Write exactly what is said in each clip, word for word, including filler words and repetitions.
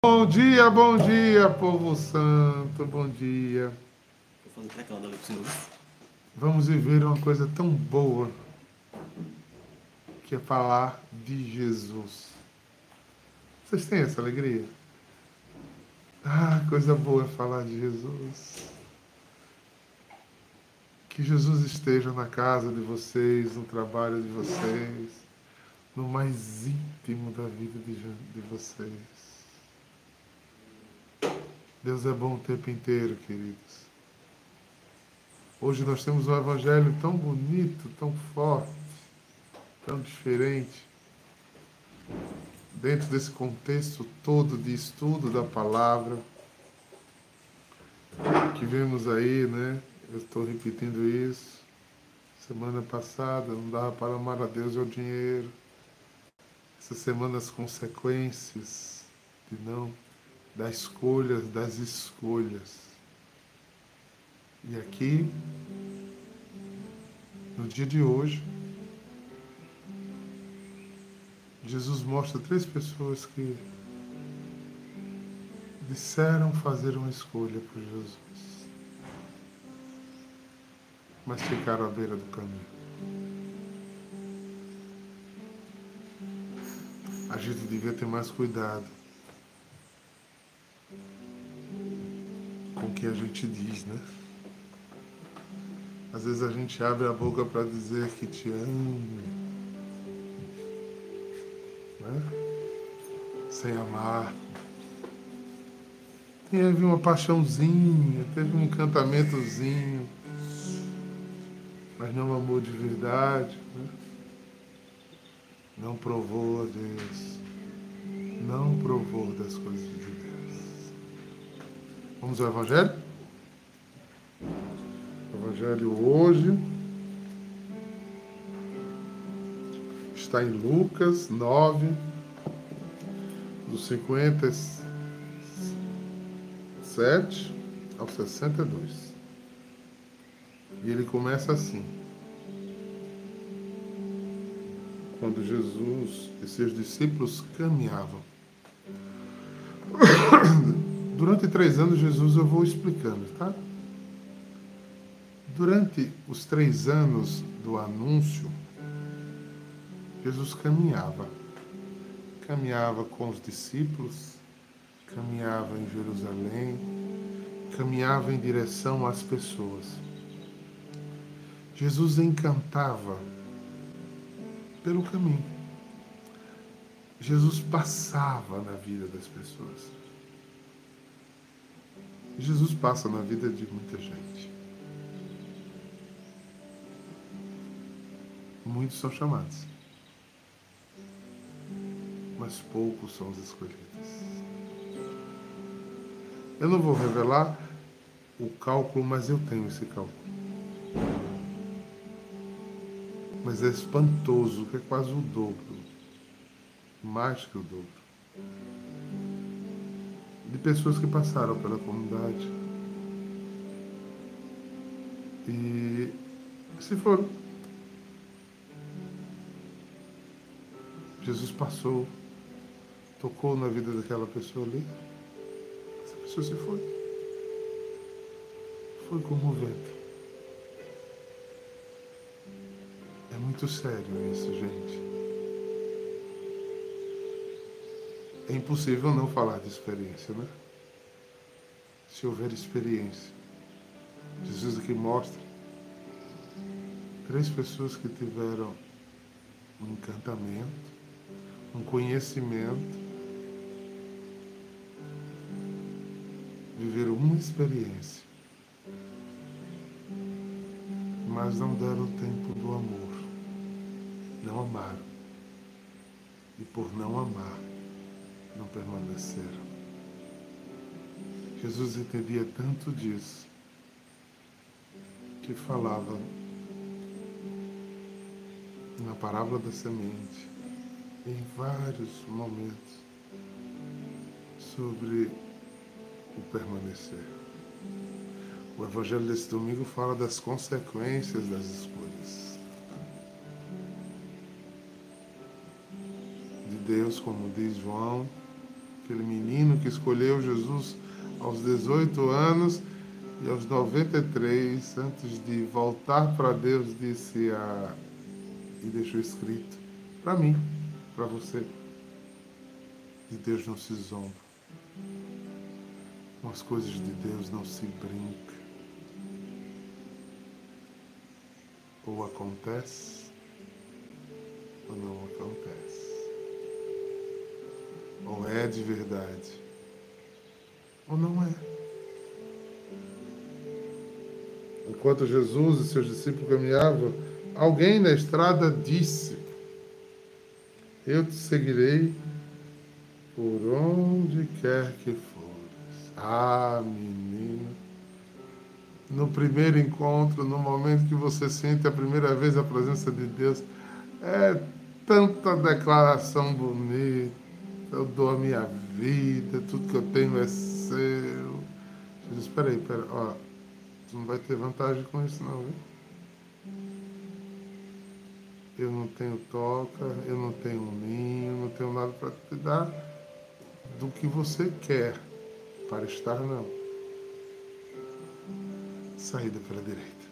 Bom dia, bom dia, povo santo, bom dia. Vamos viver uma coisa tão boa, que é falar de Jesus. Vocês têm essa alegria? Ah, coisa boa é falar de Jesus. Que Jesus esteja na casa de vocês, no trabalho de vocês, no mais íntimo da vida de, de vocês. Deus é bom o tempo inteiro, queridos. Hoje nós temos um evangelho tão bonito, tão forte, tão diferente. Dentro desse contexto todo de estudo da palavra, que vemos aí, né? Eu estou repetindo isso. Semana passada, não dava para amar a Deus e ao dinheiro. Essa semana, as consequências de não, das escolhas, das escolhas. E aqui, no dia de hoje, Jesus mostra três pessoas que disseram fazer uma escolha por Jesus, mas ficaram à beira do caminho. A gente devia ter mais cuidado com o que a gente diz, né? Às vezes a gente abre a boca para dizer que te amo, né? Sem amar. Teve uma paixãozinha, teve um encantamentozinho, mas não amor de verdade, né? Não provou a Deus, não provou das coisas de Deus. Vamos ao Evangelho? O Evangelho hoje está em Lucas nove, do cinquenta e sete ao sessenta e dois. E ele começa assim: quando Jesus e seus discípulos caminhavam. Durante três anos, Jesus, eu vou explicando, tá? Durante os três anos do anúncio, Jesus caminhava. Caminhava com os discípulos, caminhava em Jerusalém, caminhava em direção às pessoas. Jesus encantava pelo caminho. Jesus passava na vida das pessoas. Jesus passa na vida de muita gente. Muitos são chamados, mas poucos são os escolhidos. Eu não vou revelar o cálculo, mas eu tenho esse cálculo. Mas é espantoso, que é quase o dobro, mais que o dobro, de pessoas que passaram pela comunidade e se foram. Jesus passou, tocou na vida daquela pessoa ali, essa pessoa se foi. Foi como o vento. É muito sério isso, gente. É impossível não falar de experiência, né? Se houver experiência. Jesus aqui mostra três pessoas que tiveram um encantamento, um conhecimento, viveram uma experiência, mas não deram tempo do amor, não amaram, e por não amar, não permaneceram. Jesus entendia tanto disso, que falava na parábola da semente, em vários momentos, sobre o permanecer. O Evangelho desse domingo fala das consequências das escolhas de Deus, como diz João, aquele menino que escolheu Jesus aos dezoito anos e aos noventa e três, antes de voltar para Deus, disse a... e deixou escrito para mim, para você: de Deus não se zomba, com as coisas de Deus não se brinca. Ou acontece, ou não acontece. Ou é de verdade, ou não é. Enquanto Jesus e seus discípulos caminhavam, alguém na estrada disse: eu te seguirei por onde quer que fores. Ah, menino, no primeiro encontro, no momento que você sente a primeira vez a presença de Deus, é tanta declaração bonita: eu dou a minha vida, tudo que eu tenho é seu. Jesus, espera aí, espera, ó, você não vai ter vantagem com isso não, viu? Eu não tenho toca, eu não tenho ninho, não tenho nada para te dar do que você quer para estar, não. Saída pela direita.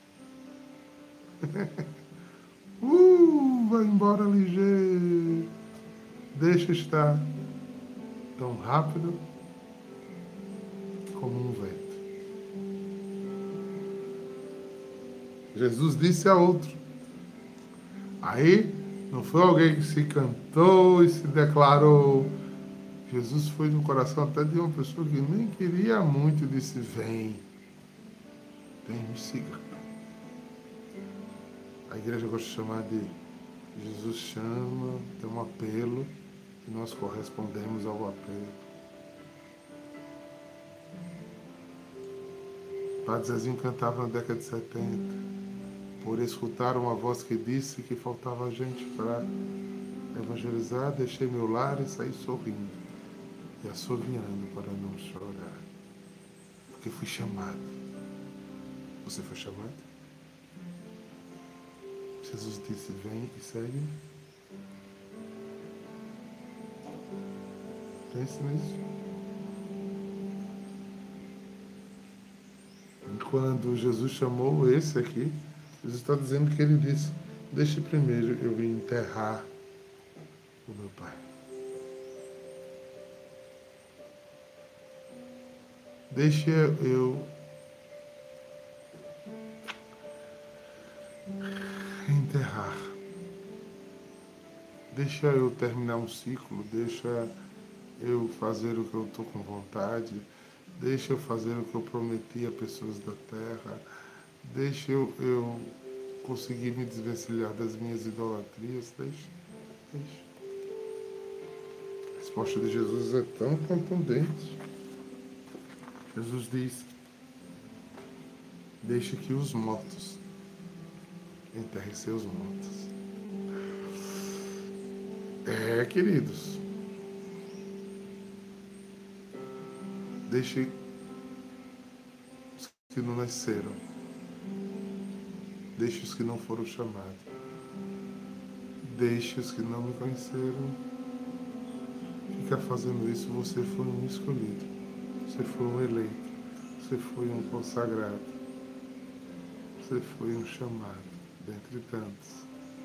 uh, vai embora ligeiro. Deixa estar tão rápido como um vento. Jesus disse a outro. Aí não foi alguém que se cantou e se declarou. Jesus foi no coração até de uma pessoa que nem queria muito e disse: vem, vem, me siga. A igreja gosta de chamar de Jesus chama, tem um apelo e nós correspondemos ao apelo. O Padre Zezinho cantava na década de setenta, por escutar uma voz que disse que faltava gente para evangelizar, deixei meu lar e saí sorrindo e assoviando para não chorar, porque fui chamado. Você foi chamado? Jesus disse: vem e segue. Pense nisso. Quando Jesus chamou esse aqui, Jesus está dizendo que ele disse: deixe primeiro eu ir enterrar o meu pai. Deixe eu enterrar. Deixa eu terminar um ciclo. Deixa eu fazer o que eu estou com vontade. Deixa eu fazer o que eu prometi a pessoas da terra. Deixa eu, eu conseguir me desvencilhar das minhas idolatrias. Deixa, deixa. A resposta de Jesus é tão contundente. Jesus diz: deixe que os mortos enterrem seus mortos. É, queridos. Deixe os que não nasceram. Deixe os que não foram chamados. Deixe os que não me conheceram. Fica fazendo isso, você foi um escolhido. Você foi um eleito. Você foi um consagrado. Você foi um chamado, dentre tantos.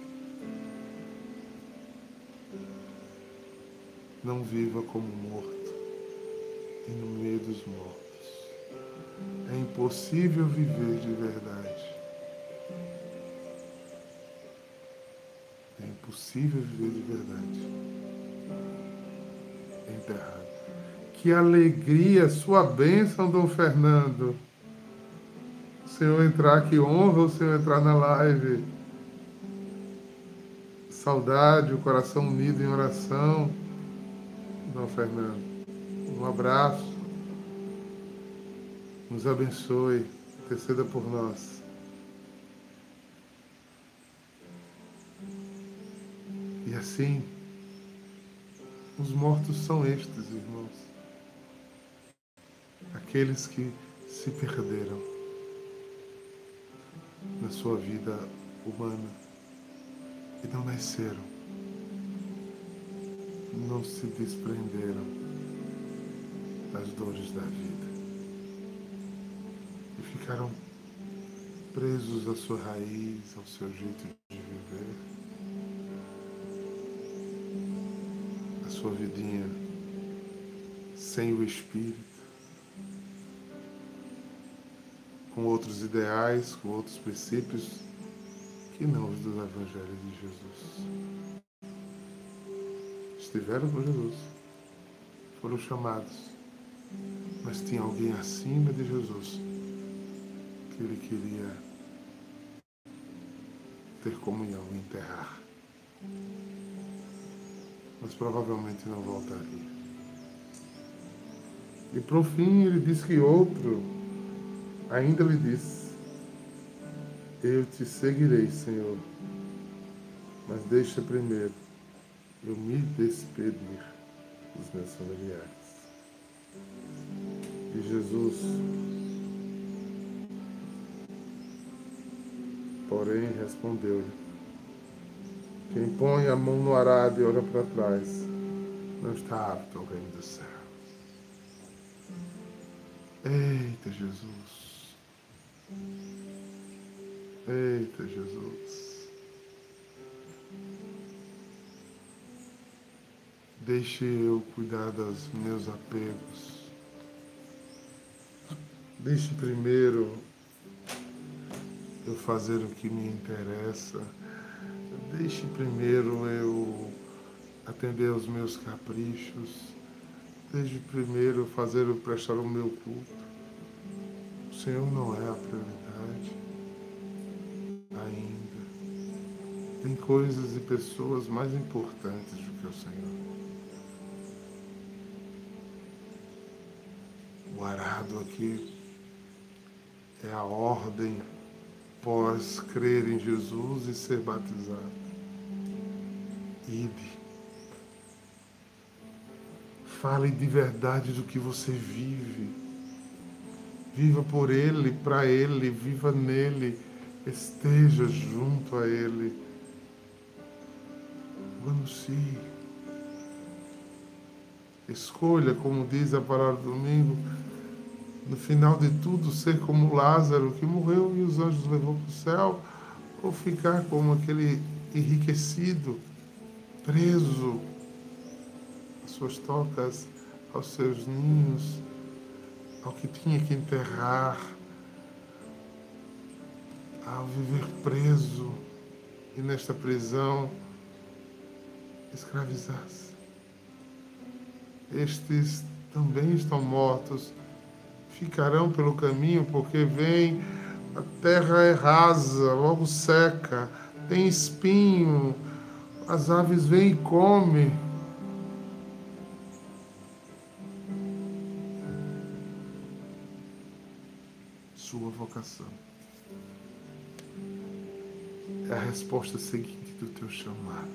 Não viva como morto e no meio dos mortos. É impossível viver de verdade. É impossível viver de verdade enterrado. Que alegria, sua bênção, Dom Fernando. O senhor entrar, que honra o senhor entrar na live. Saudade, o coração unido em oração, Dom Fernando. Um abraço. Nos abençoe. Interceda por nós. E assim, os mortos são estes, irmãos. Aqueles que se perderam na sua vida humana e não nasceram, não se desprenderam das dores da vida e ficaram presos à sua raiz, ao seu jeito de viver, à sua vidinha sem o Espírito, com outros ideais, com outros princípios que não os do Evangelho de Jesus. Estiveram com Jesus, foram chamados, mas tinha alguém acima de Jesus que ele queria ter comunhão e enterrar, mas provavelmente não voltaria. E por fim ele diz que outro ainda lhe disse: eu te seguirei, Senhor, mas deixa primeiro eu me despedir dos meus familiares. E Jesus, porém, respondeu-lhe: quem põe a mão no arado e olha para trás não está apto ao reino do céu. Eita, Jesus! Eita, Jesus! Deixe eu cuidar dos meus apegos. Deixe primeiro eu fazer o que me interessa. Deixe primeiro eu atender aos meus caprichos. Deixe primeiro fazer eu prestar o meu culto. O Senhor não é a prioridade ainda. Tem coisas e pessoas mais importantes do que o Senhor. O arado aqui é a ordem pós crer em Jesus e ser batizado. Ide. Fale de verdade do que você vive. Viva por Ele, para Ele, viva nele, esteja junto a Ele. Anuncie. Escolha, como diz a palavra do domingo, no final de tudo, ser como Lázaro, que morreu e os anjos levou para o céu, ou ficar como aquele enriquecido, preso às suas tocas, aos seus ninhos, ao que tinha que enterrar, ao viver preso e nesta prisão escravizar-se. Estes também estão mortos, ficarão pelo caminho, porque vem, a terra é rasa, logo seca, tem espinho, as aves vêm e comem. Sua vocação é a resposta seguinte do teu chamado.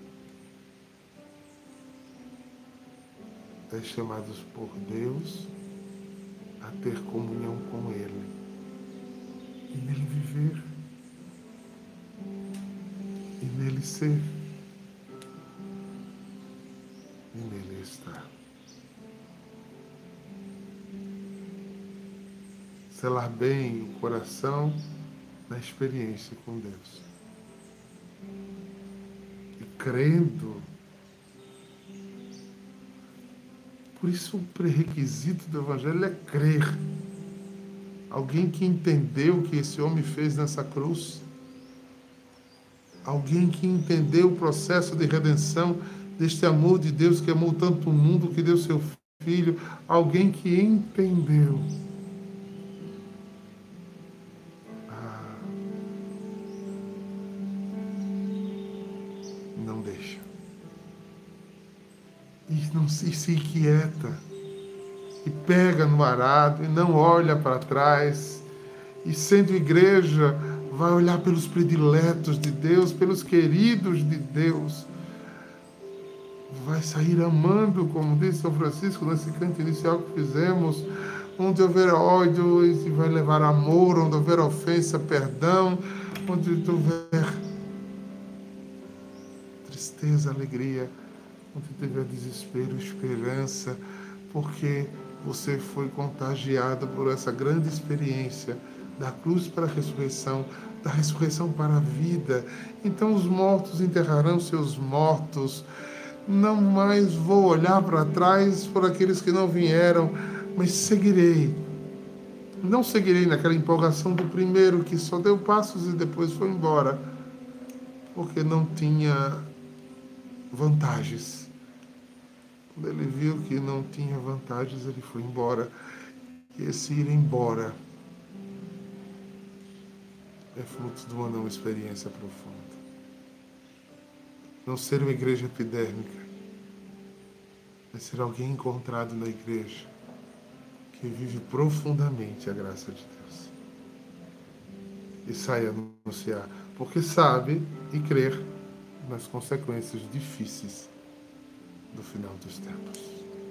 És chamados por Deus a ter comunhão com Ele e nele viver e nele ser e nele estar. Selar bem o coração na experiência com Deus e crendo. Por isso o pré-requisito do Evangelho é crer. Alguém que entendeu o que esse homem fez nessa cruz. Alguém que entendeu o processo de redenção deste amor de Deus que amou tanto o mundo que deu seu Filho. Alguém que entendeu. Ah, não deixa. E não se, se inquieta, e pega no arado, e não olha para trás, e sendo igreja, vai olhar pelos prediletos de Deus, pelos queridos de Deus, vai sair amando, como disse São Francisco nesse canto inicial que fizemos, onde houver ódio, e vai levar amor, onde houver ofensa, perdão, onde houver tristeza, alegria, onde tiver desespero, esperança, porque você foi contagiado por essa grande experiência da cruz para a ressurreição, da ressurreição para a vida. Então os mortos enterrarão seus mortos. Não mais vou olhar para trás por aqueles que não vieram, mas seguirei. Não seguirei naquela empolgação do primeiro que só deu passos e depois foi embora, porque não tinha vantagens. Quando ele viu que não tinha vantagens, ele foi embora. E esse ir embora é fruto de uma não experiência profunda. Não ser uma igreja epidérmica, mas ser alguém encontrado na igreja que vive profundamente a graça de Deus. E sai a anunciar, porque sabe e crer nas consequências difíceis do final dos tempos.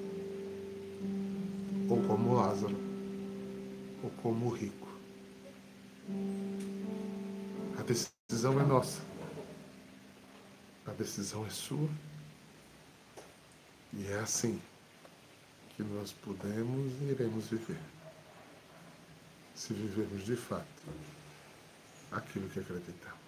Ou como Lázaro, ou como o rico. A decisão é nossa. A decisão é sua. E é assim que nós podemos e iremos viver. Se vivermos de fato aquilo que acreditamos.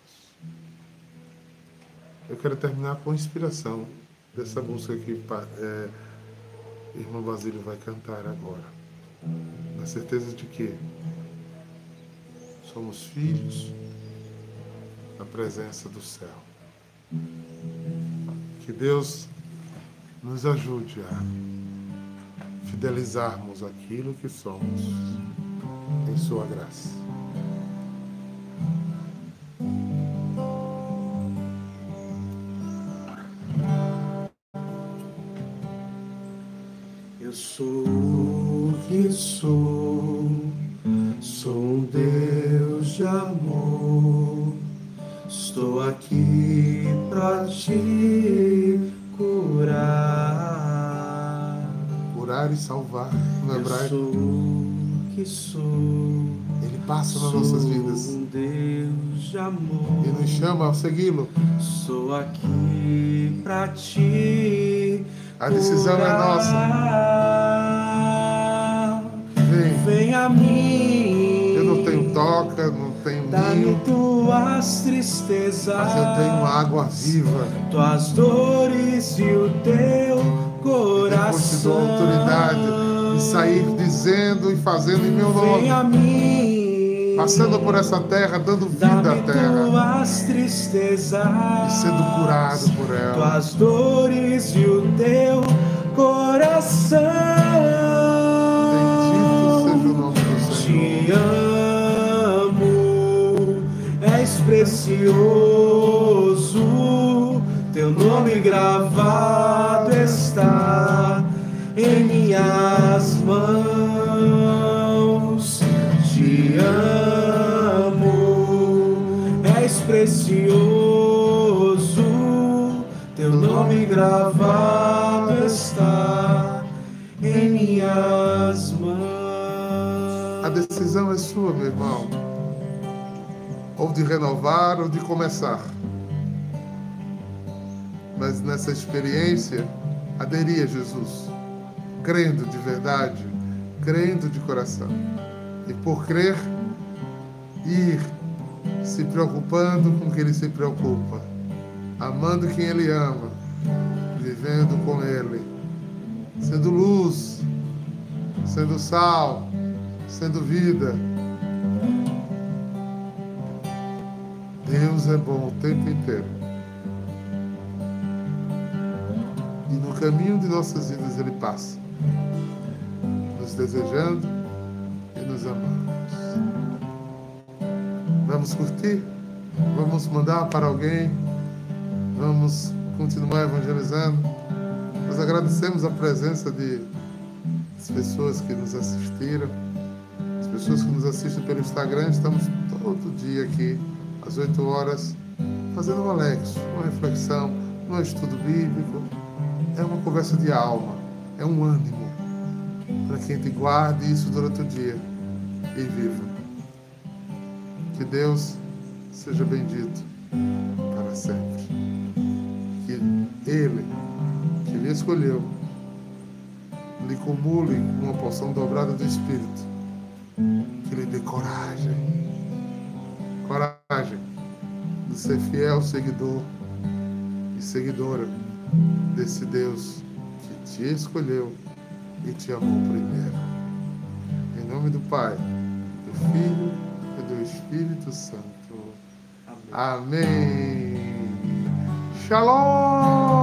Eu quero terminar com a inspiração dessa música que é, Irmão Basílio vai cantar agora. Na certeza de que somos filhos da presença do céu. Que Deus nos ajude a fidelizarmos aquilo que somos em sua graça. Eu sou o que sou, sou um Deus de amor. Estou aqui pra te curar. Curar e salvar no hebraico. Eu sou o que sou. Ele passa nas nossas vidas. Sou um Deus de amor. E nos chama a segui-lo. Estou aqui pra te A decisão curar. é nossa. Vem. Vem a mim. Eu não tenho toca, não tenho Dá-me ninho, tuas tristezas, mas eu tenho água viva. tuas dores e o teu coração. Depois te dou autoridade de sair dizendo e fazendo em meu nome. Vem a mim, passando por essa terra, dando vida à terra. Tuas tristezas, e sendo curado por ela. Tuas dores e o teu coração. Bendito seja o nome do Senhor. Te amo, és precioso, teu nome gravado está em minhas mãos. Te amo, és precioso, teu nome gravado está em minhas mãos. A decisão é sua, meu irmão. Ou de renovar ou de começar. Mas nessa experiência, aderir a Jesus, crendo de verdade, crendo de coração. E por crer, ir se preocupando com quem Ele se preocupa, amando quem Ele ama, vivendo com Ele, sendo luz, sendo sal, sendo vida. Deus é bom o tempo inteiro. E no caminho de nossas vidas Ele passa, nos desejando e nos amando. Vamos curtir? Vamos mandar para alguém? Vamos continuar evangelizando? Nós agradecemos a presença de as pessoas que nos assistiram, as pessoas que nos assistem pelo Instagram. Estamos todo dia aqui, às oito horas, fazendo um Alexo, uma reflexão, um estudo bíblico. É uma conversa de alma, é um ânimo para que a gente guarde isso durante o dia e viva. Que Deus seja bendito para sempre. Que Ele, que Ele escolheu, lhe cumule uma porção dobrada do Espírito, que lhe dê coragem, coragem de ser fiel seguidor e seguidora desse Deus que te escolheu e te amou primeiro. Em nome do Pai, do Filho e do Espírito Santo. Amém. Amém. Shalom!